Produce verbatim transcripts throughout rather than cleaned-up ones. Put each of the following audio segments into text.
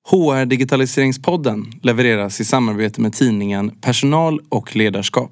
H R-digitaliseringspodden levereras i samarbete med tidningen Personal och ledarskap.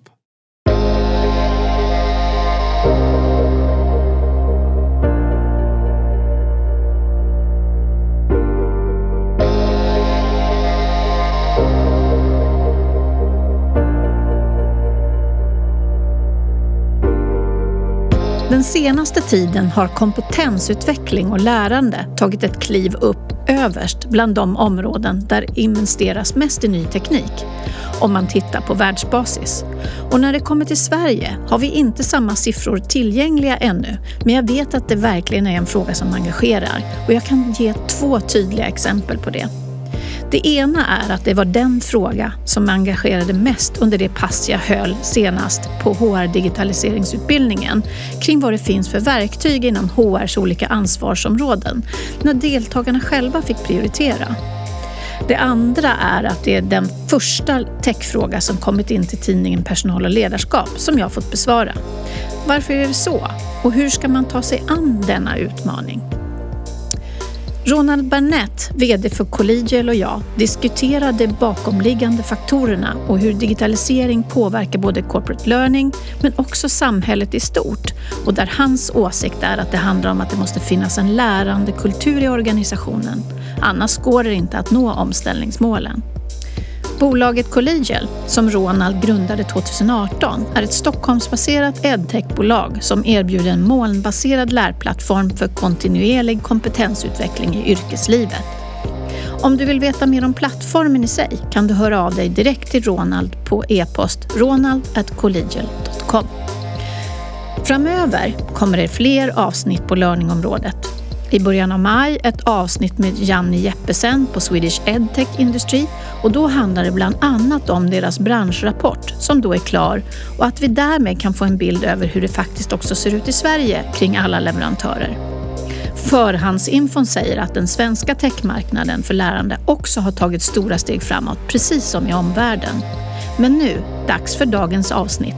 Den senaste tiden har kompetensutveckling och lärande tagit ett kliv upp överst bland de områden där investeras mest i ny teknik, om man tittar på världsbasis. Och när det kommer till Sverige har vi inte samma siffror tillgängliga ännu, men jag vet att det verkligen är en fråga som engagerar och jag kan ge två tydliga exempel på det. Det ena är att det var den fråga som engagerade mest under det pass jag höll senast på H R-digitaliseringsutbildningen kring vad det finns för verktyg inom H R:s olika ansvarsområden när deltagarna själva fick prioritera. Det andra är att det är den första techfråga som kommit in till tidningen Personal och ledarskap som jag fått besvara. Varför är det så? Och hur ska man ta sig an denna utmaning? Ronald Barnett, vd för Collegial, och jag diskuterade bakomliggande faktorerna och hur digitalisering påverkar både corporate learning men också samhället i stort. Och där hans åsikt är att det handlar om att det måste finnas en lärande kultur i organisationen. Annars går det inte att nå omställningsmålen. Bolaget Collegial, som Ronald grundade tjugoarton, är ett Stockholmsbaserat edtech-bolag som erbjuder en molnbaserad lärplattform för kontinuerlig kompetensutveckling i yrkeslivet. Om du vill veta mer om plattformen i sig kan du höra av dig direkt till Ronald på e-post ronald at collegial dot com. Framöver kommer det fler avsnitt på learningområdet. I början av maj ett avsnitt med Janni Jeppesen på Swedish EdTech Industry, och då handlar det bland annat om deras branschrapport som då är klar och att vi därmed kan få en bild över hur det faktiskt också ser ut i Sverige kring alla leverantörer. Förhandsinfon säger att den svenska techmarknaden för lärande också har tagit stora steg framåt, precis som i omvärlden. Men nu, dags för dagens avsnitt.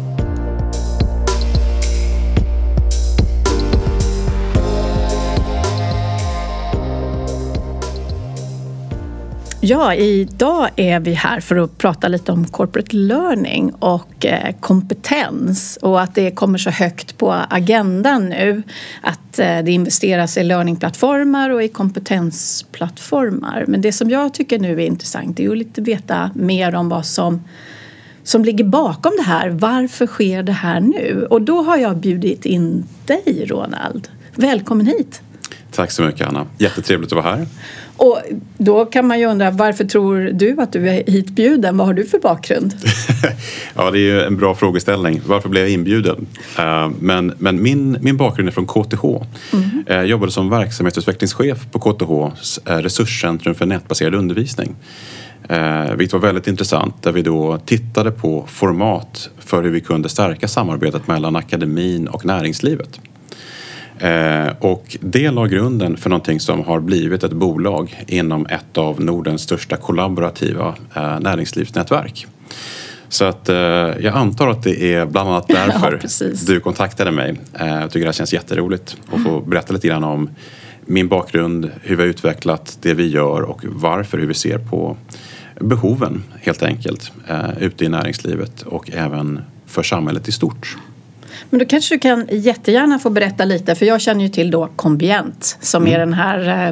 Ja, idag är vi här för att prata lite om corporate learning och kompetens och att det kommer så högt på agendan nu att det investeras i learningplattformar och i kompetensplattformar. Men det som jag tycker nu är intressant är att lite veta mer om vad som, som ligger bakom det här. Varför sker det här nu? Och då har jag bjudit in dig, Ronald. Välkommen hit. Tack så mycket, Anna. Jättetrevligt att vara här. Och då kan man ju undra, varför tror du att du är hitbjuden? Vad har du för bakgrund? Ja, det är ju en bra frågeställning. Varför blev jag inbjuden? Men, men min, min bakgrund är från K T H. Mm. Jag jobbade som verksamhetsutvecklingschef på K T H:s resurscentrum för nätbaserad undervisning. Vilket var väldigt intressant, där vi då tittade på format för hur vi kunde stärka samarbetet mellan akademin och näringslivet. Eh, och det la grunden för någonting som har blivit ett bolag inom ett av Nordens största kollaborativa eh, näringslivsnätverk. Så att eh, jag antar att det är bland annat därför ja, du kontaktade mig. Eh, jag tycker det känns jätteroligt att få berätta lite grann om min bakgrund, hur vi har utvecklat det vi gör och varför, hur vi ser på behoven helt enkelt eh, ute i näringslivet och även för samhället i stort. Men då kanske du kan jättegärna få berätta lite, för jag känner ju till då Combient som mm. är den här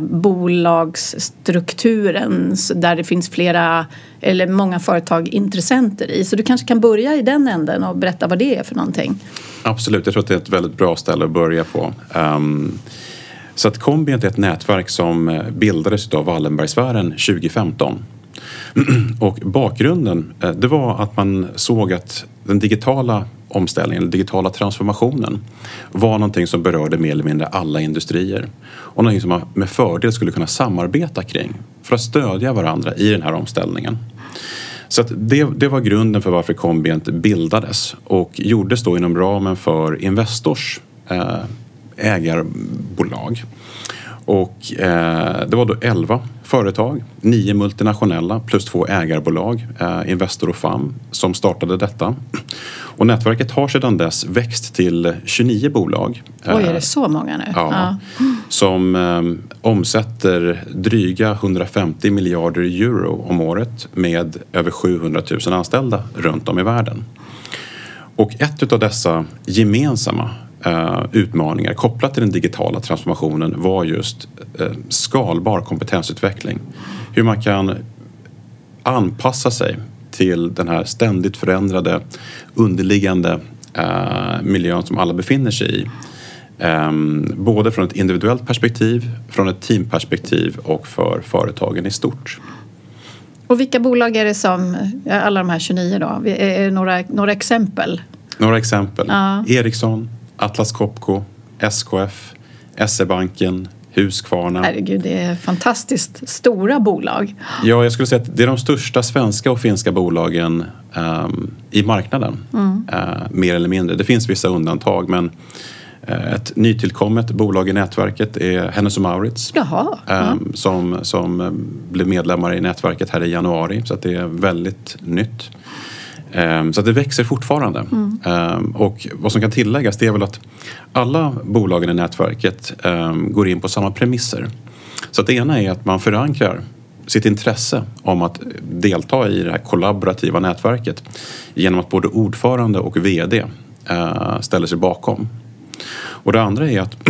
bolagsstrukturen där det finns flera eller många företag intressenter i. Så du kanske kan börja i den änden och berätta vad det är för någonting. Absolut, jag tror att det är ett väldigt bra ställe att börja på. Um, så att Combient är ett nätverk som bildades av Wallenbergsfären tjugo femton. Och bakgrunden, det var att man såg att den digitala omställningen, den digitala transformationen var någonting som berörde mer eller mindre alla industrier och någonting som man med fördel skulle kunna samarbeta kring för att stödja varandra i den här omställningen. Så att det, det var grunden för varför Combient bildades och gjordes då inom ramen för Investors eh, ägarbolag. Och eh, det var då elva företag, nio multinationella plus två ägarbolag, eh, Investor och F A M, som startade detta. Och nätverket har sedan dess växt till tjugonio bolag. Oj, är det så många nu? Ja, ja. Som eh, omsätter dryga hundrafemtio miljarder euro om året med över sjuhundratusen anställda runt om i världen. Och ett av dessa gemensamma Uh, utmaningar kopplat till den digitala transformationen var just uh, skalbar kompetensutveckling. Hur man kan anpassa sig till den här ständigt förändrade underliggande uh, miljön som alla befinner sig i. Um, både från ett individuellt perspektiv, från ett teamperspektiv och för företagen i stort. Och vilka bolag är det som, alla de här tjugonio då? Är det några, några exempel? Några exempel. Ja. Ericsson, Atlas Copco, S K F, S E-banken, Husqvarna. Herregud, det är fantastiskt stora bolag. Ja, jag skulle säga att det är de största svenska och finska bolagen um, i marknaden. Mm. Uh, mer eller mindre. Det finns vissa undantag, men uh, ett nytillkommet bolag i nätverket är Hennes och Mauritz. Jaha. Um, som, som um, blev medlemmar i nätverket här i januari. Så att det är väldigt nytt. Så det växer fortfarande. Mm. Och vad som kan tilläggas det är väl att alla bolagen i nätverket går in på samma premisser. Så att det ena är att man förankrar sitt intresse om att delta i det här kollaborativa nätverket genom att både ordförande och vd ställer sig bakom. Och det andra är att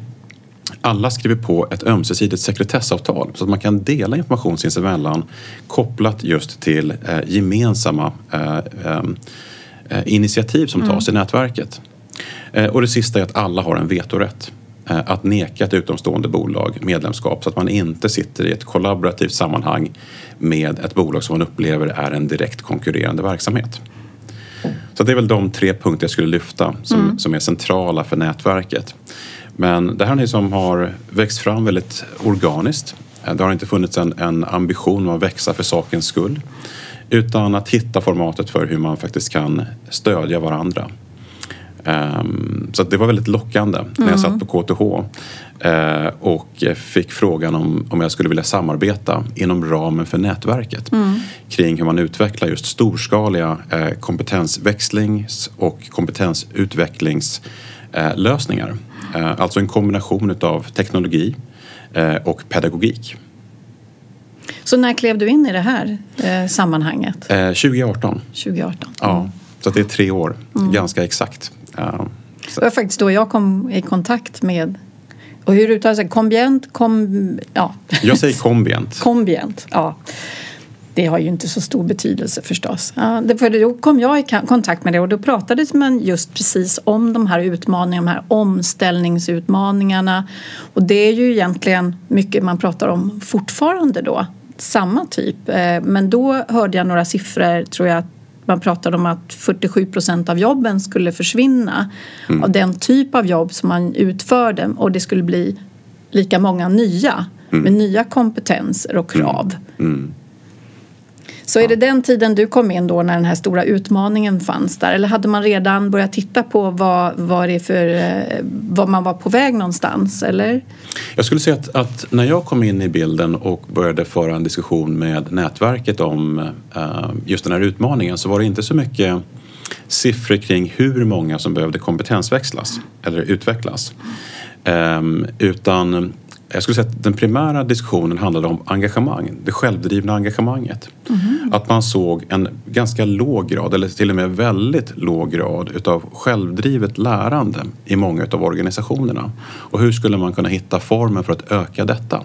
alla skriver på ett ömsesidigt sekretessavtal så att man kan dela information sinsemellan kopplat just till eh, gemensamma eh, eh, initiativ som tas mm. i nätverket. Eh, och det sista är att alla har en vetorätt eh, att neka ett utomstående bolag medlemskap så att man inte sitter i ett kollaborativt sammanhang med ett bolag som man upplever är en direkt konkurrerande verksamhet. Så det är väl de tre punkter jag skulle lyfta som, mm. som är centrala för nätverket. Men det här är något som har växt fram väldigt organiskt. Det har inte funnits en, en ambition att växa för sakens skull. Utan att hitta formatet för hur man faktiskt kan stödja varandra. Um, så att det var väldigt lockande när jag mm. satt på K T H. Uh, och fick frågan om, om jag skulle vilja samarbeta inom ramen för nätverket. Mm. Kring hur man utvecklar just storskaliga uh, kompetensväxlings- och kompetensutvecklingslösningar. Uh, alltså en kombination av teknologi uh, och pedagogik. Så när klev du in i det här uh, sammanhanget? Uh, tjugo arton. tjugo arton. Ja, mm. så det är tre år. Mm. Ganska exakt. Uh, det var faktiskt då jag kom i kontakt med. Och hur uttalar sig? Kombient? Kom, ja. Jag säger kombient. Kombient, ja. Det har ju inte så stor betydelse förstås. Ja, för då kom jag i kontakt med det och då pratades man just precis om de här utmaningarna, de här omställningsutmaningarna. Och det är ju egentligen mycket man pratar om fortfarande då. Samma typ. Men då hörde jag några siffror, tror jag, att man pratade om att fyrtiosju procent av jobben skulle försvinna mm. av den typ av jobb som man utförde och det skulle bli lika många nya mm. med nya kompetenser och krav. Mm. Mm. Så är det den tiden du kom in då när den här stora utmaningen fanns där? Eller hade man redan börjat titta på vad, vad, det för, vad man var på väg någonstans? Eller? Jag skulle säga att, att när jag kom in i bilden och började föra en diskussion med nätverket om uh, just den här utmaningen så var det inte så mycket siffror kring hur många som behövde kompetensväxlas eller utvecklas. Um, utan jag skulle säga att den primära diskussionen handlade om engagemang, det självdrivna engagemanget. Mm. Att man såg en ganska låg grad, eller till och med väldigt låg grad utav självdrivet lärande i många av organisationerna. Och hur skulle man kunna hitta formen för att öka detta?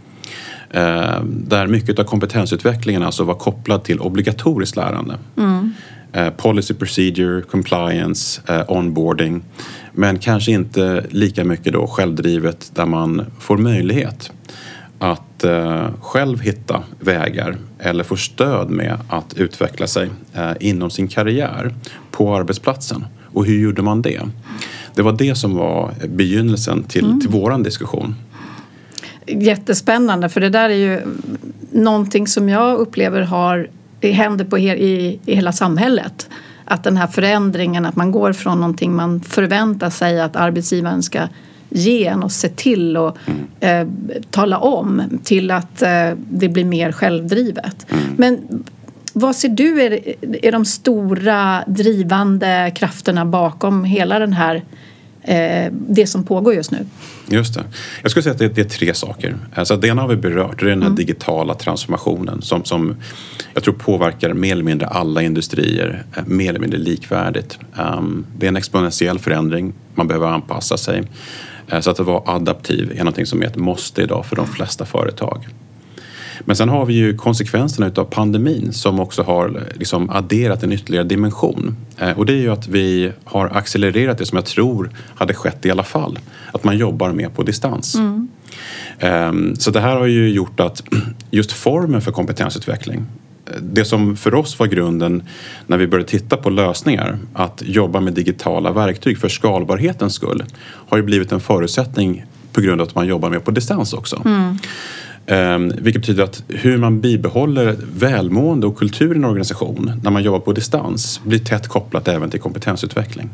Eh, där mycket av kompetensutvecklingen alltså var kopplad till obligatoriskt lärande. Mm. Eh, policy procedure, compliance, eh, onboarding. Men kanske inte lika mycket då självdrivet där man får möjlighet att eh, själv hitta vägar eller få stöd med att utveckla sig eh, inom sin karriär på arbetsplatsen. Och hur gjorde man det? Det var det som var begynnelsen till, mm. till våran diskussion. Jättespännande, för det där är ju någonting som jag upplever har händer på her, i, i hela samhället. Att den här förändringen, att man går från någonting man förväntar sig att arbetsgivaren ska ge en och se till och mm. eh, tala om till att eh, det blir mer självdrivet. Mm. Men vad ser du är, är de stora drivande krafterna bakom hela den här eh, det som pågår just nu? Just det. Jag skulle säga att det, det är tre saker. Alltså, det ena har vi berört, det är den här mm. digitala transformationen som, som jag tror påverkar mer eller mindre alla industrier mer eller mindre likvärdigt. Um, det är en exponentiell förändring, man behöver anpassa sig. Uh, så att vara adaptiv är något som är ett måste idag för de flesta företag. Men sen har vi ju konsekvenserna av pandemin som också har liksom adderat en ytterligare dimension. Eh, och det är ju att vi har accelererat det som jag tror hade skett i alla fall. Att man jobbar mer på distans. Mm. Eh, så det här har ju gjort att just formen för kompetensutveckling, det som för oss var grunden när vi började titta på lösningar, att jobba med digitala verktyg för skalbarhetens skull, har ju blivit en förutsättning på grund av att man jobbar mer på distans också. Mm. Um, vilket betyder att hur man bibehåller välmående och kultur i en organisation när man jobbar på distans blir tätt kopplat även till kompetensutveckling.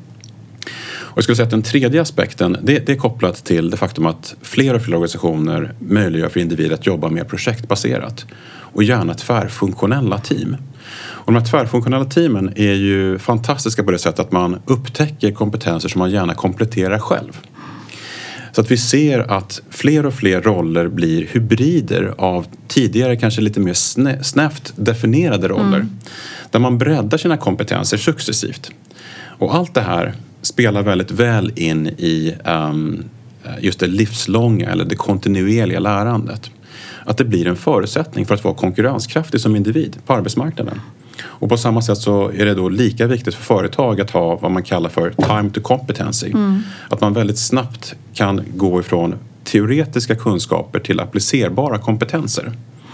Och jag skulle säga att den tredje aspekten det, det är kopplat till det faktum att fler och fler organisationer möjliggör för individer att jobba mer projektbaserat och gärna tvärfunktionella team. Och de här tvärfunktionella teamen är ju fantastiska på det sättet att man upptäcker kompetenser som man gärna kompletterar själv. Så att vi ser att fler och fler roller blir hybrider av tidigare kanske lite mer snä, snävt definierade roller. Mm. Där man breddar sina kompetenser successivt. Och allt det här spelar väldigt väl in i um, just det livslånga eller det kontinuerliga lärandet. Att det blir en förutsättning för att vara konkurrenskraftig som individ på arbetsmarknaden. Och på samma sätt så är det då lika viktigt för företag att ha vad man kallar för time to competency. Mm. Att man väldigt snabbt kan gå ifrån teoretiska kunskaper till applicerbara kompetenser.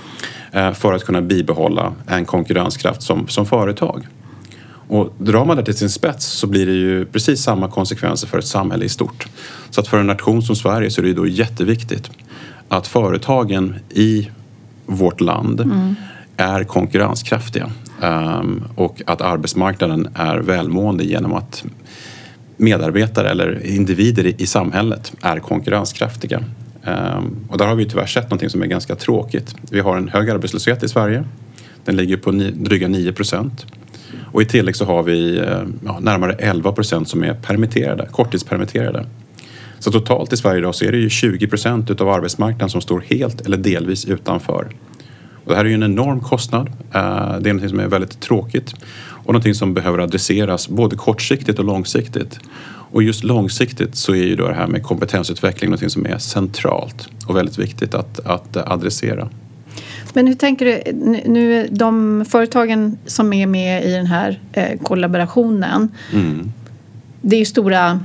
För att kunna bibehålla en konkurrenskraft som, som företag. Och drar man det till sin spets så blir det ju precis samma konsekvenser för ett samhälle i stort. Så att för en nation som Sverige så är det ju då jätteviktigt att företagen i vårt land mm. är konkurrenskraftiga. Um, och att arbetsmarknaden är välmående genom att medarbetare eller individer i, i samhället är konkurrenskraftiga. Um, och där har vi tyvärr sett något som är ganska tråkigt. Vi har en hög arbetslöshet i Sverige. Den ligger på ni, dryga nio procent. Och i tillägg så har vi ja, närmare elva procent som är permitterade, korttidspermitterade. Så totalt i Sverige idag så är det ju tjugo procent utav arbetsmarknaden som står helt eller delvis utanför. Och det här är ju en enorm kostnad. Det är något som är väldigt tråkigt och något som behöver adresseras både kortsiktigt och långsiktigt. Och just långsiktigt så är ju då det här med kompetensutveckling något som är centralt och väldigt viktigt att, att adressera. Men hur tänker du, nu de företagen som är med i den här eh, kollaborationen, mm. det är ju stora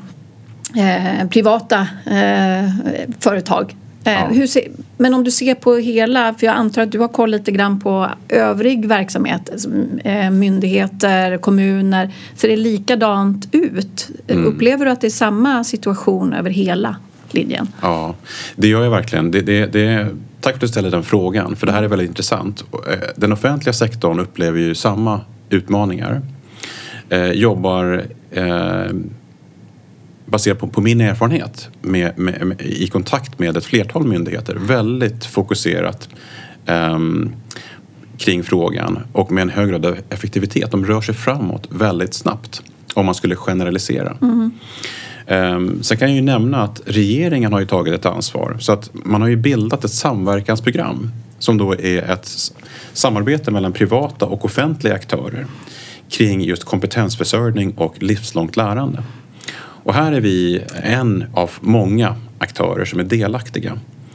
eh, privata eh, företag. Eh, ja. hur ser, men om du ser på hela, för jag antar att du har koll lite grann på övrig verksamhet, eh, myndigheter, kommuner, ser det likadant ut? Mm. Upplever du att det är samma situation över hela linjen? Ja, det gör jag verkligen. Det, det, det, tack för att du ställer den frågan, för det här är väldigt intressant. Den offentliga sektorn upplever ju samma utmaningar. Eh, jobbar eh, baserat på, på min erfarenhet med, med, med, i kontakt med ett flertal myndigheter väldigt fokuserat eh, kring frågan och med en hög grad av effektivitet. De rör sig framåt väldigt snabbt om man skulle generalisera. Mm. Um, sen kan jag ju nämna att regeringen har ju tagit ett ansvar. Så att man har ju bildat ett samverkansprogram som då är ett samarbete mellan privata och offentliga aktörer kring just kompetensförsörjning och livslångt lärande. Och här är vi en av många aktörer som är delaktiga.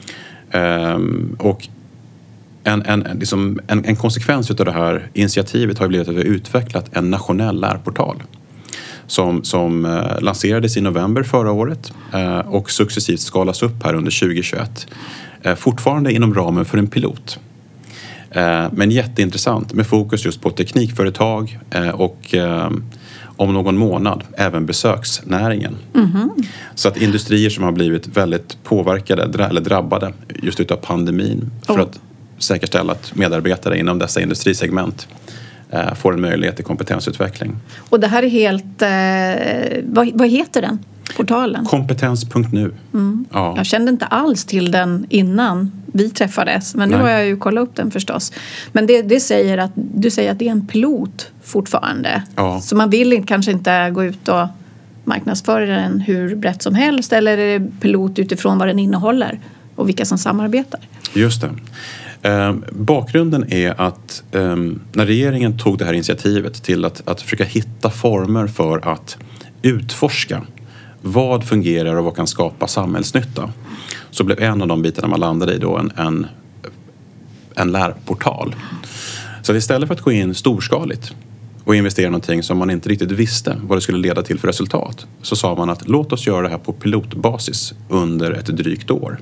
Um, och en, en, liksom en, en konsekvens av det här initiativet har blivit att vi har utvecklat en nationell lärportal. Som, som eh, lanserades i november förra året eh, och successivt skalas upp här under tjugohundratjugoett. Eh, fortfarande inom ramen för en pilot. Eh, men jätteintressant med fokus just på teknikföretag eh, och eh, om någon månad även besöksnäringen. Mm-hmm. Så att industrier som har blivit väldigt påverkade dra- eller drabbade just utav pandemin för oh. att säkerställa att medarbetare inom dessa industrisegment får en möjlighet till kompetensutveckling. Och det här är helt... Eh, vad, vad heter den? portalen? Kompetens punkt nu. Mm. Ja. Jag kände inte alls till den innan vi träffades. Men nu Nej. har jag ju kollat upp den förstås. Men det, det säger att, du säger att det är en pilot fortfarande. Ja. Så man vill kanske inte gå ut och marknadsföra den hur brett som helst. Eller är det pilot utifrån vad den innehåller och vilka som samarbetar? Just det. Eh, bakgrunden är att eh, när regeringen tog det här initiativet till att, att försöka hitta former för att utforska vad fungerar och vad kan skapa samhällsnytta, så blev en av de bitarna man landade i då en, en, en lärportal. Så istället för att gå in storskaligt och investera i någonting som man inte riktigt visste vad det skulle leda till för resultat, så sa man att låt oss göra det här på pilotbasis under ett drygt år.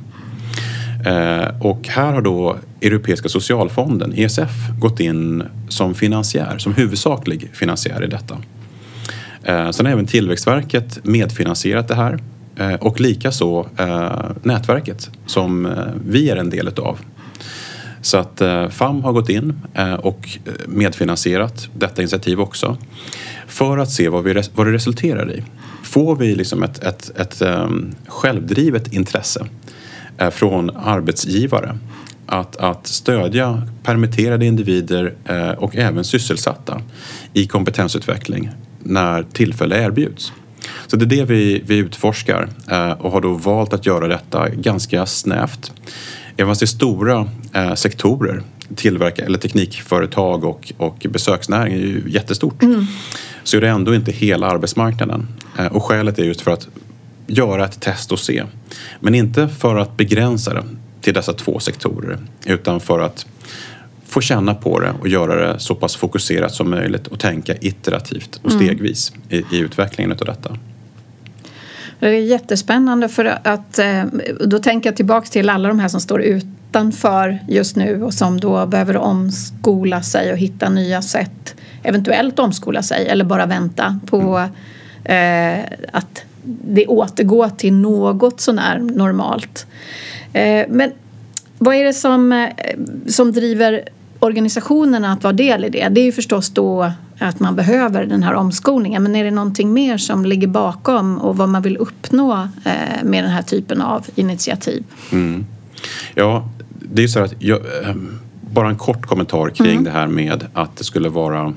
Eh, och här har då Europeiska socialfonden, E S F, gått in som finansiär, som huvudsaklig finansiär i detta. Eh, sen har även Tillväxtverket medfinansierat det här eh, och likaså eh, nätverket som eh, vi är en del av. Så att eh, F A M har gått in eh, och medfinansierat detta initiativ också för att se vad, vi res- vad det resulterar i. Får vi liksom ett, ett, ett um, självdrivet intresse eh, från arbetsgivare att, att stödja permitterade individer eh, och även sysselsatta i kompetensutveckling när tillfälle erbjuds. Så det är det vi, vi utforskar eh, och har då valt att göra detta ganska snävt. Även fast det är stora eh, sektorer, tillverkare eller teknikföretag och, och besöksnäring är ju jättestort. Mm. Så är det ändå inte hela arbetsmarknaden. Eh, och skälet är just för att göra ett test och se. Men inte för att begränsa det till dessa två sektorer, utan för att få känna på det och göra det så pass fokuserat som möjligt och tänka iterativt och stegvis mm. i, i utvecklingen av detta. Det är jättespännande, för att då tänker jag tillbaka till alla de här som står utanför just nu och som då behöver omskola sig och hitta nya sätt, eventuellt omskola sig eller bara vänta på mm. eh, att det återgår till något sånär normalt. Eh, men vad är det som, som driver organisationerna att vara del i det? Det är ju förstås då att man behöver den här omskolningen. Men är det någonting mer som ligger bakom och vad man vill uppnå med den här typen av initiativ? Mm. Ja, det är så att jag, bara en kort kommentar kring mm. det här med att det skulle vara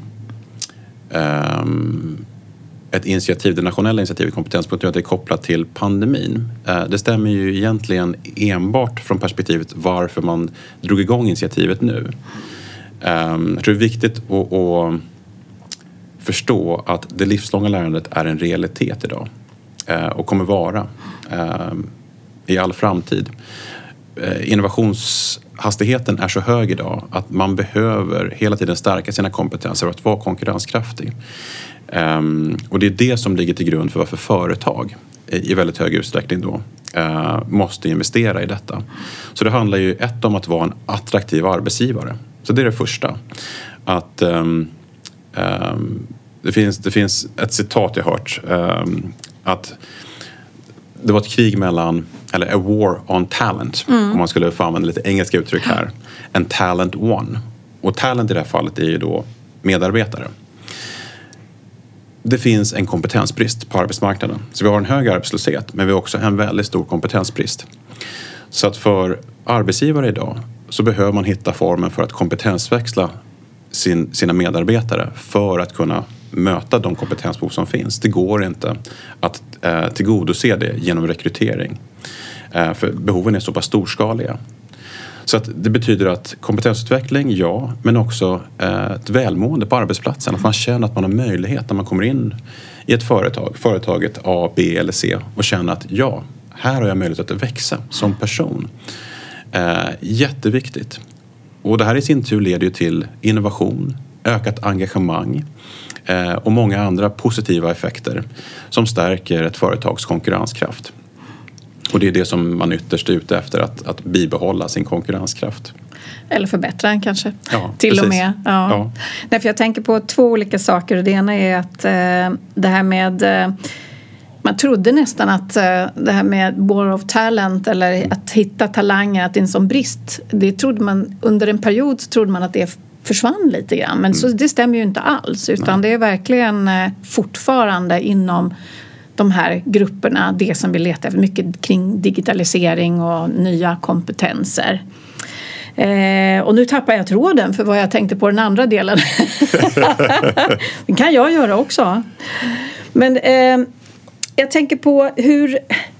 um, ett initiativ, det nationella initiativet Kompetens punkt nu, att det är kopplat till pandemin. Det stämmer ju egentligen enbart från perspektivet varför man drog igång initiativet nu. Jag tror det är viktigt att, att förstå att det livslånga lärandet är en realitet idag och kommer vara i all framtid. Innovationshastigheten är så hög idag att man behöver hela tiden stärka sina kompetenser för att vara konkurrenskraftig. Um, och det är det som ligger till grund för varför företag i, i väldigt hög utsträckning då uh, måste investera i detta. Så det handlar ju ett om att vara en attraktiv arbetsgivare. Så det är det första. Att um, um, det, finns, det finns ett citat jag hört um, att det var ett krig mellan, eller a war on talent, mm. om man skulle få använda lite engelska uttryck här. And talent won. Och talent i det här fallet är ju då medarbetare. Det finns en kompetensbrist på arbetsmarknaden. Så vi har en hög arbetslöshet, men vi har också en väldigt stor kompetensbrist. Så att för arbetsgivare idag så behöver man hitta formen för att kompetensväxla sin, sina medarbetare för att kunna möta de kompetensbehov som finns. Det går inte att eh, tillgodose det genom rekrytering. Eh, för behoven är så pass storskaliga. Så att det betyder att kompetensutveckling, ja, men också eh, ett välmående på arbetsplatsen. Att man känner att man har möjlighet när man kommer in i ett företag, företaget A, B eller C, och känner att ja, här har jag möjlighet att växa som person. Eh, jätteviktigt. Och det här i sin tur leder ju till innovation, ökat engagemang eh, och många andra positiva effekter som stärker ett företags konkurrenskraft. Och det är det som man ytterst är ute efter, att, att bibehålla sin konkurrenskraft. Eller förbättra den kanske. Ja, till precis. och med. Ja. Ja. Nej, för jag tänker på två olika saker. Det ena är att eh, det här med... Eh, man trodde nästan att eh, det här med war of talent eller mm. att hitta talanger, att det är en sån brist. Det trodde man, under en period så trodde man att det försvann lite grann. Men mm. så, det stämmer ju inte alls. Utan Nej. Det är verkligen eh, fortfarande inom de här grupperna det som vi letar efter, mycket kring digitalisering och nya kompetenser. Eh, och nu tappar jag tråden för vad jag tänkte på den andra delen. Det kan jag göra också. Men eh, jag tänker på hur,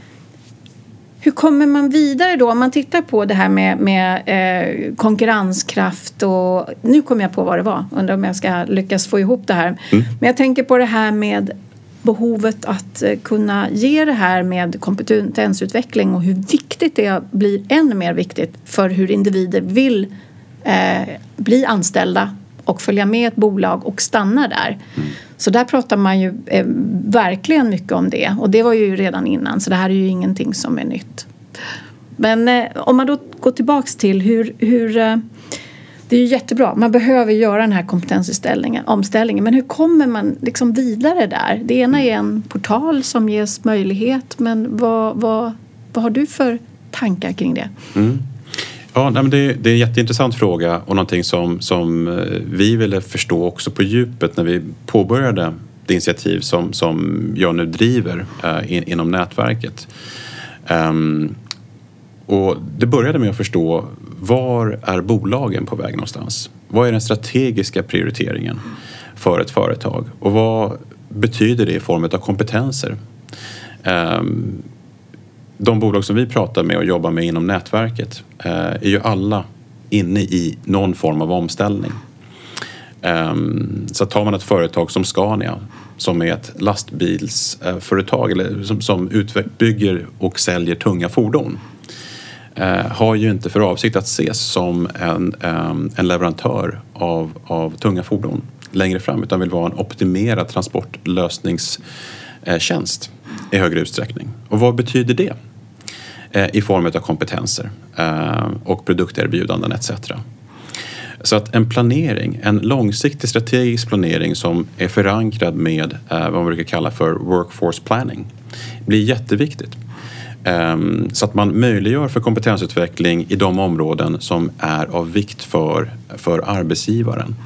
hur kommer man vidare då? Om man tittar på det här med, med eh, konkurrenskraft och nu kommer jag på vad det var. Undrar om jag ska lyckas få ihop det här. Mm. Men jag tänker på det här med behovet att kunna ge det här med kompetensutveckling och hur viktigt det blir ännu mer viktigt för hur individer vill eh, bli anställda och följa med ett bolag och stanna där. Mm. Så där pratar man ju eh, verkligen mycket om det och det var ju redan innan så det här är ju ingenting som är nytt. Men eh, om man då går tillbaks till hur, hur eh, det är ju jättebra. Man behöver göra den här kompetensomställningen. Men hur kommer man liksom vidare där? Det ena är en portal som ges möjlighet. Men vad, vad, vad har du för tankar kring det? Mm. Ja, nej, men det, det är en jätteintressant fråga och någonting som, som vi ville förstå också på djupet när vi påbörjade det initiativ som, som jag nu driver uh, in, inom nätverket. Um, och det började med att förstå var är bolagen på väg någonstans? Vad är den strategiska prioriteringen för ett företag? Och vad betyder det i form av kompetenser? Um, de bolag som vi pratar med och jobbar med inom nätverket uh, är ju alla inne i någon form av omställning. Um, så tar man ett företag som Scania som är ett lastbilsföretag eller som, som utveck- bygger och säljer tunga fordon. Uh, har ju inte för avsikt att ses som en, um, en leverantör av, av tunga fordon längre fram utan vill vara en optimerad transportlösningstjänst uh, i högre utsträckning. Och vad betyder det? Uh, I form av kompetenser uh, och produkterbjudanden et cetera. Så att en planering, en långsiktig strategisk planering som är förankrad med uh, vad man brukar kalla för workforce planning blir jätteviktigt. Um, så att man möjliggör för kompetensutveckling i de områden som är av vikt för, för arbetsgivaren.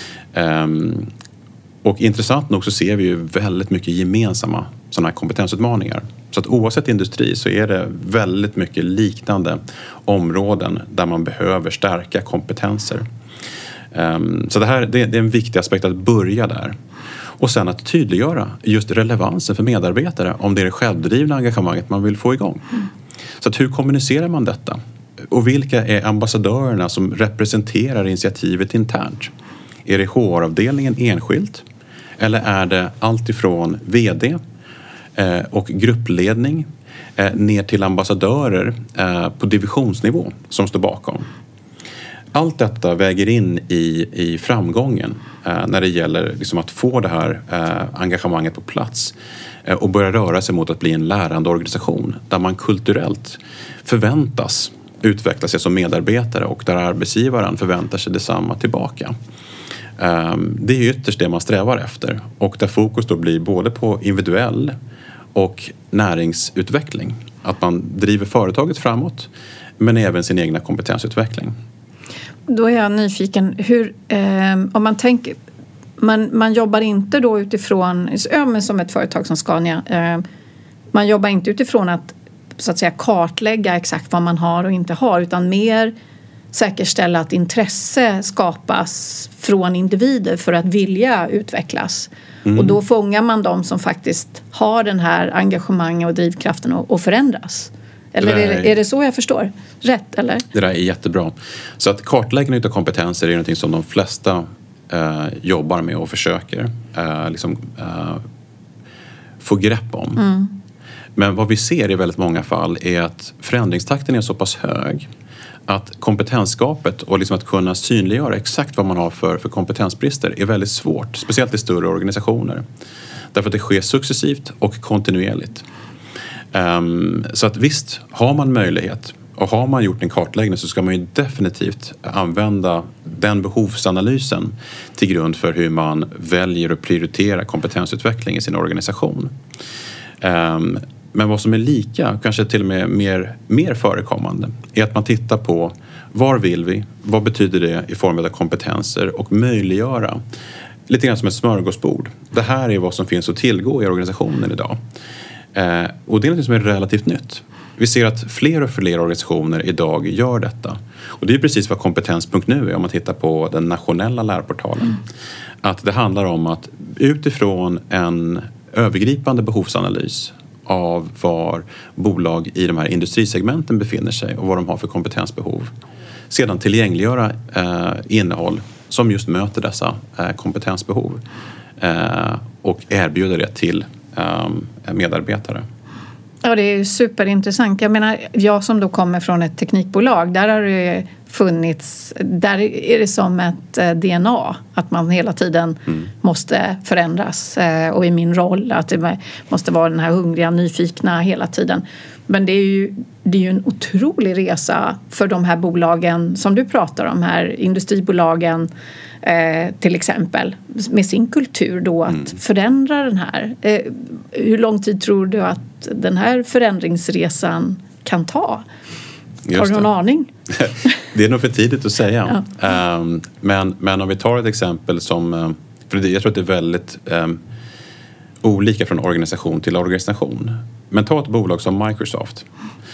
Um, och intressant nog så ser vi ju väldigt mycket gemensamma sådana här kompetensutmaningar. Så att oavsett industri så är det väldigt mycket liknande områden där man behöver stärka kompetenser. Um, så det här det, det är en viktig aspekt att börja där. Och sen att tydliggöra just relevansen för medarbetare om det är det självdrivna engagemanget man vill få igång. Mm. Så att hur kommunicerar man detta? Och vilka är ambassadörerna som representerar initiativet internt? Är det H R-avdelningen enskilt? Eller är det allt ifrån vd eh, och gruppledning eh, ner till ambassadörer eh, på divisionsnivå som står bakom? Allt detta väger in i, i framgången eh, när det gäller liksom att få det här eh, engagemanget på plats eh, och börja röra sig mot att bli en lärande organisation där man kulturellt förväntas utveckla sig som medarbetare och där arbetsgivaren förväntar sig detsamma tillbaka. Eh, det är ytterst det man strävar efter och där fokus då blir både på individuell och näringsutveckling. Att man driver företaget framåt men även sin egna kompetensutveckling. Då är jag nyfiken, hur, eh, om man tänker, man, man jobbar inte då utifrån, ja, men som ett företag som Scania, eh, man jobbar inte utifrån att så att säga kartlägga exakt vad man har och inte har utan mer säkerställa att intresse skapas från individer för att vilja utvecklas. Mm. Och då fångar man dem som faktiskt har den här engagemanget och drivkraften och, och förändras. Eller är, är, är det så jag förstår? Rätt, eller? Det där är jättebra. Så att kartläggning av kompetenser är någonting som de flesta eh, jobbar med och försöker eh, liksom, eh, få grepp om. Mm. Men vad vi ser i väldigt många fall är att förändringstakten är så pass hög att kompetensskapet och liksom att kunna synliggöra exakt vad man har för, för kompetensbrister är väldigt svårt. Speciellt i större organisationer. Därför att det sker successivt och kontinuerligt. Um, så att visst, har man möjlighet och har man gjort en kartläggning så ska man ju definitivt använda den behovsanalysen till grund för hur man väljer att prioritera kompetensutveckling i sin organisation. Um, men vad som är lika, kanske till och med mer, mer förekommande, är att man tittar på var vill vi, vad betyder det i form av kompetenser och möjliggöra lite grann som ett smörgåsbord. Det här är vad som finns att tillgå i organisationen idag. Eh, och det är något som är relativt nytt. Vi ser att fler och fler organisationer idag gör detta. Och det är precis vad kompetens punkt nu är om man tittar på den nationella lärportalen. Mm. Att det handlar om att utifrån en övergripande behovsanalys av var bolag i de här industrisegmenten befinner sig och vad de har för kompetensbehov. Sedan tillgängliggöra eh, innehåll som just möter dessa eh, kompetensbehov eh, och erbjuda det till eh, medarbetare. Ja, det är ju superintressant. Jag menar, jag som då kommer från ett teknikbolag, där har det funnits, där är det som ett D N A, att man hela tiden mm. måste förändras. Och i min roll, att det måste vara den här hungriga, nyfikna hela tiden. Men det är ju, det är ju en otrolig resa för de här bolagen som du pratar om här, industribolagen eh, till exempel, med sin kultur då att mm. förändra den här. Eh, hur lång tid tror du att den här förändringsresan kan ta? Just Har du någon det. aning? Det är nog för tidigt att säga. Ja. Um, men, men om vi tar ett exempel som, för jag tror att det är väldigt um, olika från organisation till organisation. Men ta ett bolag som Microsoft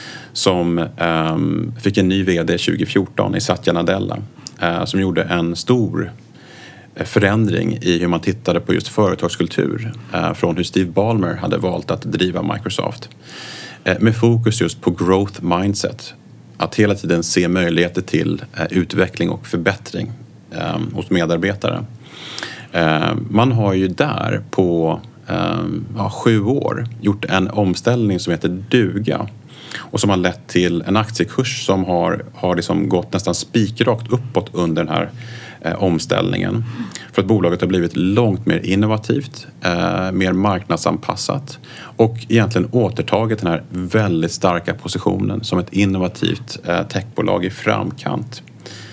som um, fick en ny vd tjugo fjorton i Satya Nadella uh, som gjorde en stor förändring i hur man tittade på just företagskultur uh, från hur Steve Ballmer hade valt att driva Microsoft uh, med fokus just på growth mindset, att hela tiden se möjligheter till uh, utveckling och förbättring um, hos medarbetare. Uh, man har ju där på um, ja, sju år gjort en omställning som heter Duga och som har lett till en aktiekurs som har, har liksom gått nästan spikrakt uppåt under den här eh, omställningen. För att bolaget har blivit långt mer innovativt, eh, mer marknadsanpassat och egentligen återtagit den här väldigt starka positionen som ett innovativt eh, techbolag i framkant.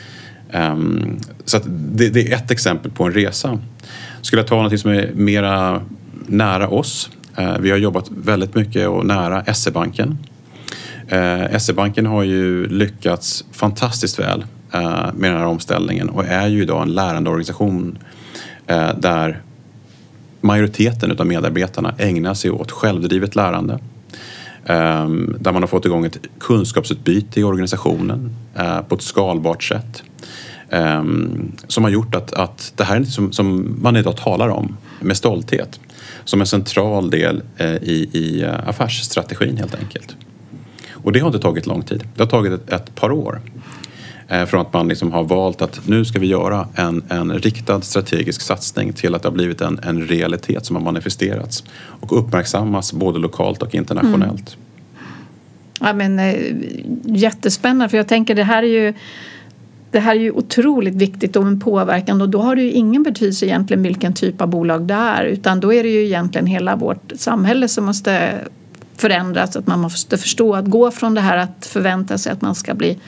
Um, så att det, det är ett exempel på en resa. Skulle jag ta något som är mera nära oss. Eh, vi har jobbat väldigt mycket och nära S E-banken. Eh, S E-banken har ju lyckats fantastiskt väl eh, med den här omställningen och är ju idag en lärande organisation eh, där majoriteten av medarbetarna ägnar sig åt självdrivet lärande. Eh, där man har fått igång ett kunskapsutbyte i organisationen eh, på ett skalbart sätt. Eh, som har gjort att, att det här är något som, som man idag talar om med stolthet. Som en central del eh, i, i affärsstrategin helt enkelt. Och det har inte tagit lång tid. Det har tagit ett, ett par år. Eh, från att man liksom har valt att nu ska vi göra en, en riktad strategisk satsning till att det har blivit en, en realitet som har manifesterats. Och uppmärksammas både lokalt och internationellt. Mm. Ja, men, eh, jättespännande, för jag tänker det här är ju Det här är ju otroligt viktigt om en påverkan, och då har det ju ingen betydelse egentligen vilken typ av bolag det är, utan då är det ju egentligen hela vårt samhälle som måste förändras, att man måste förstå att gå från det här att förvänta sig att man ska bli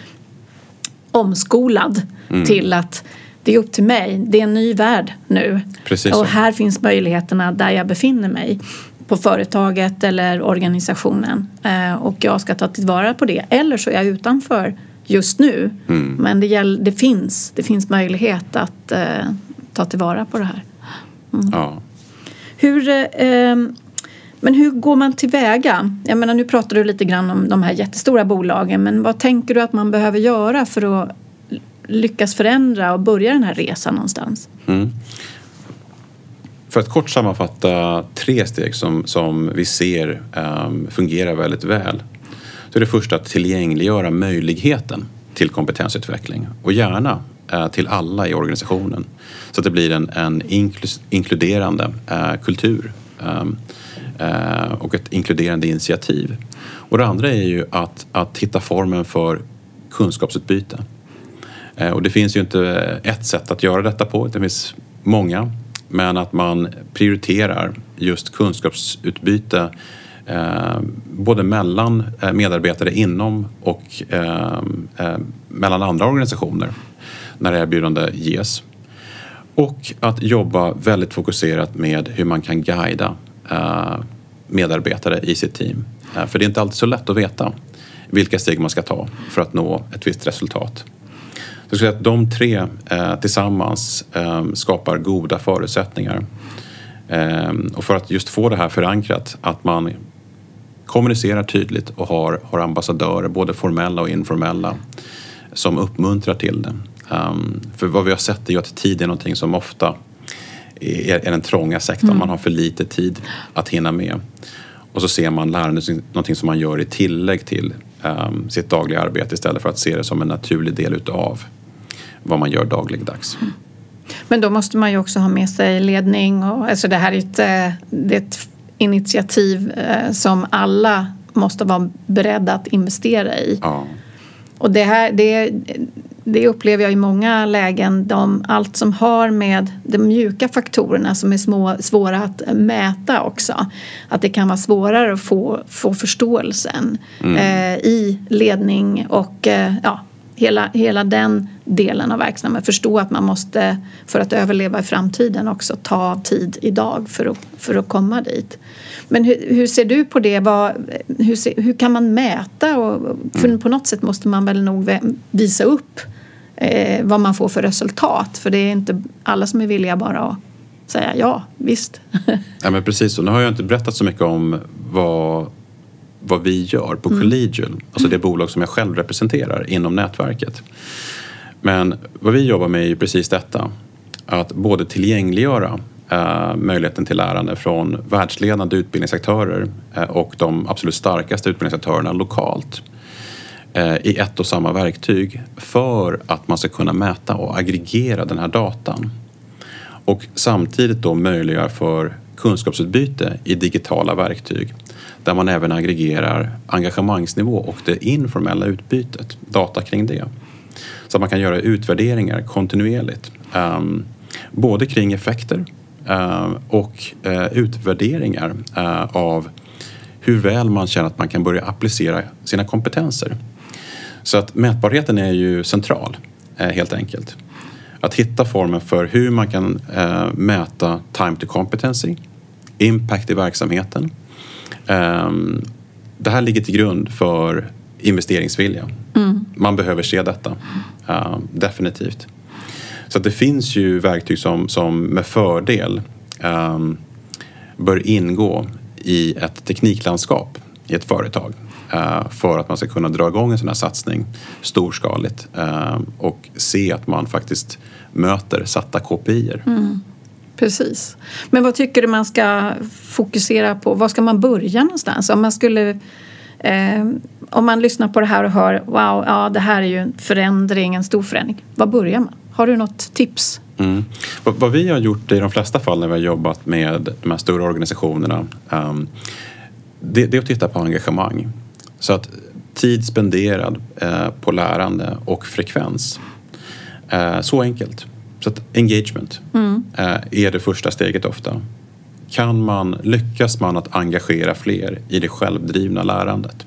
omskolad mm. till att det är upp till mig, det är en ny värld nu. Precis och så. Här finns möjligheterna där jag befinner mig på företaget eller organisationen, och jag ska ta tillvara på det, eller så är jag utanför just nu. Mm. Men det, gäll, det, finns, det finns möjlighet att eh, ta tillvara på det här. Mm. Ja. Hur, eh, men hur går man tillväga? Jag menar, nu pratar du lite grann om de här jättestora bolagen. Men vad tänker du att man behöver göra för att lyckas förändra och börja den här resan någonstans? Mm. För att kort sammanfatta tre steg som, som vi ser um, fungerar väldigt väl. Så är det först att tillgängliggöra möjligheten till kompetensutveckling och gärna eh, till alla i organisationen. Så att det blir en, en inklus, inkluderande eh, kultur eh, eh, och ett inkluderande initiativ. Och det andra är ju att, att hitta formen för kunskapsutbyte. Eh, och det finns ju inte ett sätt att göra detta på, det finns många. Men att man prioriterar just kunskapsutbyte Eh, både mellan eh, medarbetare inom och eh, eh, mellan andra organisationer när erbjudande ges. Och att jobba väldigt fokuserat med hur man kan guida eh, medarbetare i sitt team. Eh, för det är inte alltid så lätt att veta vilka steg man ska ta för att nå ett visst resultat. Så jag skulle säga att de tre eh, tillsammans eh, skapar goda förutsättningar. Eh, och för att just få det här förankrat, att man kommunicerar tydligt och har, har ambassadörer, både formella och informella, som uppmuntrar till det. Um, för vad vi har sett är ju att tid är någonting som ofta är, är den trånga sektorn. Mm. Man har för lite tid att hinna med. Och så ser man lärandet som någonting som man gör i tillägg till um, sitt dagliga arbete istället för att se det som en naturlig del utav vad man gör dagligdags. Mm. Men då måste man ju också ha med sig ledning. Och, alltså det här är ett, det är ett initiativ eh, som alla måste vara beredda att investera i. Ja. Och det här, det, det upplever jag i många lägen. De, allt som har med de mjuka faktorerna som är små, svåra att mäta också. Att det kan vara svårare att få, få förståelsen mm. eh, i ledning och eh, ja, hela, hela den delen av verksamheten. Förstå att man måste, för att överleva i framtiden, också ta tid idag för att, för att komma dit. Men hur, hur ser du på det? Vad, hur, ser, hur kan man mäta? Och, för på något sätt måste man väl nog visa upp eh, vad man får för resultat. För det är inte alla som är villiga bara att säga ja, visst. Ja, men precis. Och nu har jag inte berättat så mycket om vad, vad vi gör på mm. Collegial. Alltså det bolag som jag själv representerar inom nätverket. Men vad vi jobbar med är ju precis detta. Att både tillgängliggöra Uh, möjligheten till lärande från världsledande utbildningsaktörer uh, och de absolut starkaste utbildningsaktörerna lokalt uh, i ett och samma verktyg för att man ska kunna mäta och aggregera den här datan. Och samtidigt då möjliggöra för kunskapsutbyte i digitala verktyg där man även aggregerar engagemangsnivå och det informella utbytet, data kring det. Så att man kan göra utvärderingar kontinuerligt. Um, både kring effekter Uh, och uh, utvärderingar uh, av hur väl man känner att man kan börja applicera sina kompetenser. Så att mätbarheten är ju central, uh, helt enkelt. Att hitta formen för hur man kan uh, mäta time to competency, impact i verksamheten. Um, det här ligger till grund för investeringsvilja. Mm. Man behöver se detta, uh, definitivt. Så att det finns ju verktyg som, som med fördel um, bör ingå i ett tekniklandskap i ett företag uh, för att man ska kunna dra igång en sån här satsning storskaligt uh, och se att man faktiskt möter satta K P I-er. Mm, precis. Men vad tycker du man ska fokusera på? Var ska man börja någonstans? Om man skulle... Eh, om man lyssnar på det här och hör wow, ja, det här är ju en förändring, en stor förändring. Var börjar man? Har du något tips? Mm. Vad, vad vi har gjort i de flesta fall när vi har jobbat med de här stora organisationerna um, det, det är att titta på engagemang. Så att tid spenderad uh, på lärande och frekvens. Uh, så enkelt. Så att engagement mm. uh, är det första steget ofta. Kan man, lyckas man att engagera fler i det självdrivna lärandet?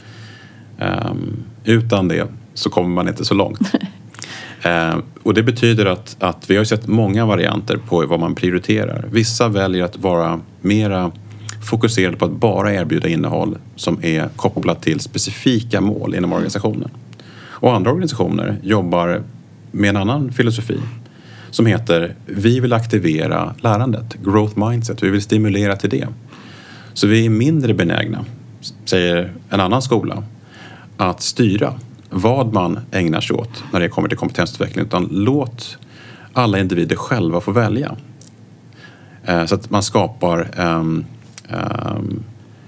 Um, utan det så kommer man inte så långt. uh, och det betyder att, att vi har sett många varianter på vad man prioriterar. Vissa väljer att vara mera fokuserade på att bara erbjuda innehåll som är kopplat till specifika mål inom organisationen. Och andra organisationer jobbar med en annan filosofi som heter vi vill aktivera lärandet, growth mindset, vi vill stimulera till det. Så vi är mindre benägna, säger en annan skola, att styra vad man ägnar sig åt när det kommer till kompetensutveckling, utan låt alla individer själva få välja. Så att man skapar um, um,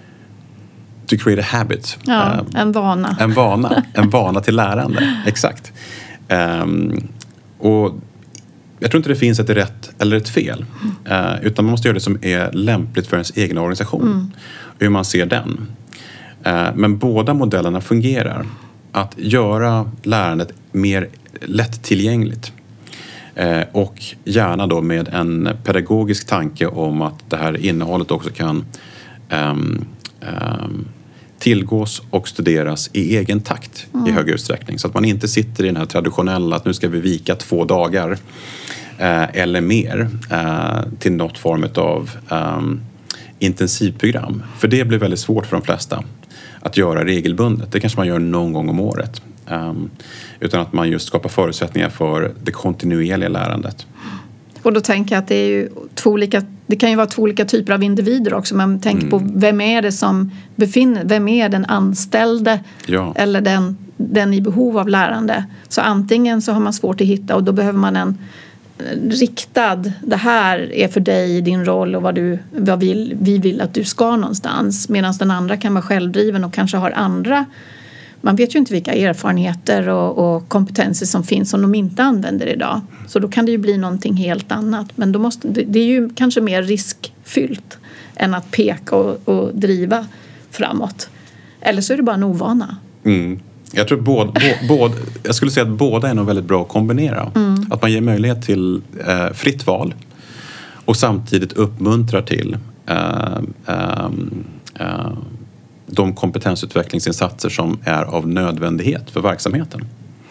to create a habit. Ja, um, en vana. En vana, en vana till lärande, exakt. Um, och jag tror inte det finns ett rätt eller ett fel. Mm. Uh, utan man måste göra det som är lämpligt för ens egen organisation. Mm. Hur man ser den. Uh, men båda modellerna fungerar. Att göra lärandet mer lättillgängligt. Uh, och gärna då med en pedagogisk tanke om att det här innehållet också kan um, um, tillgås och studeras i egen takt mm. i hög utsträckning. Så att man inte sitter i den här traditionella att nu ska vi vika två dagar eh, eller mer eh, till något form av eh, intensivprogram. För det blir väldigt svårt för de flesta att göra regelbundet. Det kanske man gör någon gång om året. Eh, utan att man just skapar förutsättningar för det kontinuerliga lärandet. Och då tänker jag att det är ju två olika, det kan ju vara två olika typer av individer också. Man tänker mm. på vem är det som befinner, vem är den anställde ja. eller den, den i behov av lärande. Så antingen så har man svårt att hitta och då behöver man en riktad, det här är för dig din roll och vad, du, vad vill, vi vill att du ska någonstans. Medan den andra kan vara självdriven och kanske har andra. Man vet ju inte vilka erfarenheter och, och kompetenser som finns som de inte använder idag. Så då kan det ju bli någonting helt annat. Men då måste, det är ju kanske mer riskfyllt än att peka och, och driva framåt. Eller så är det bara en ovana. Mm. Jag tror både, både, jag skulle säga att båda är nog väldigt bra att kombinera. Mm. Att man ger möjlighet till eh, fritt val och samtidigt uppmuntrar till eh, eh, eh, de kompetensutvecklingsinsatser som är av nödvändighet för verksamheten.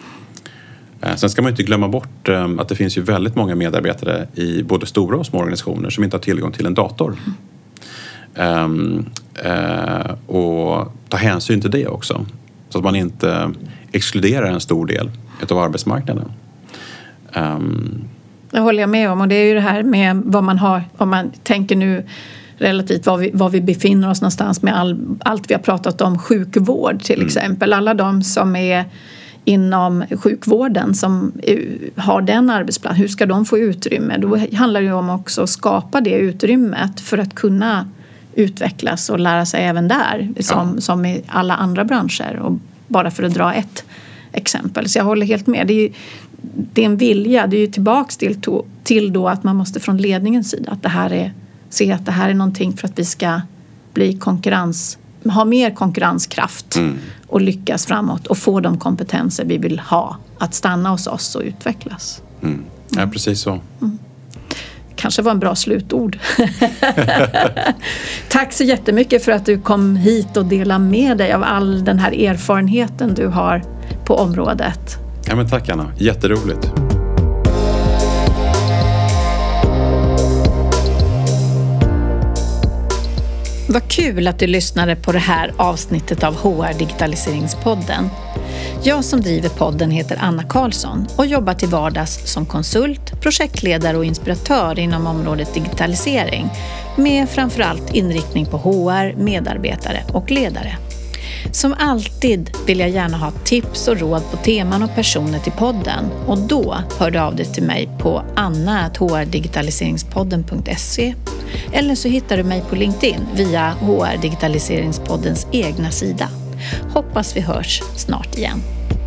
Eh, sen ska man inte glömma bort eh, att det finns ju väldigt många medarbetare i både stora och små organisationer som inte har tillgång till en dator. Mm. Eh, eh, och ta hänsyn till det också. Så att man inte exkluderar en stor del av arbetsmarknaden. Um. Det håller jag med om. Och det är ju det här med vad man har, om man tänker nu relativt var vi, var vi befinner oss någonstans med all, allt vi har pratat om sjukvård till mm. exempel. Alla de som är inom sjukvården som har den arbetsplatsen, hur ska de få utrymme? Då handlar det ju om också att skapa det utrymmet för att kunna utvecklas och lära sig även där som, ja. som i alla andra branscher. Och bara för att dra ett exempel. Så jag håller helt med. Det är, ju, det är en vilja. Det är ju tillbaks till, till då att man måste från ledningens sida att det här är, se att det här är någonting för att vi ska bli konkurrens, ha mer konkurrenskraft mm. och lyckas framåt och få de kompetenser vi vill ha att stanna hos oss och utvecklas. Mm. Ja, precis så. Mm. Kanske var en bra slutord. Tack så jättemycket för att du kom hit och delade med dig av all den här erfarenheten du har på området. Ja, men tack Anna, jätteroligt. Vad kul att du lyssnade på det här avsnittet av H R-digitaliseringspodden. Jag som driver podden heter Anna Karlsson och jobbar till vardags som konsult, projektledare och inspiratör inom området digitalisering med framförallt inriktning på H R, medarbetare och ledare. Som alltid vill jag gärna ha tips och råd på teman och personer till podden och då hör du av dig till mig på anna at h r digitaliseringspodden punkt se eller så hittar du mig på LinkedIn via H R-digitaliseringspoddens egna sida. Hoppas vi hörs snart igen.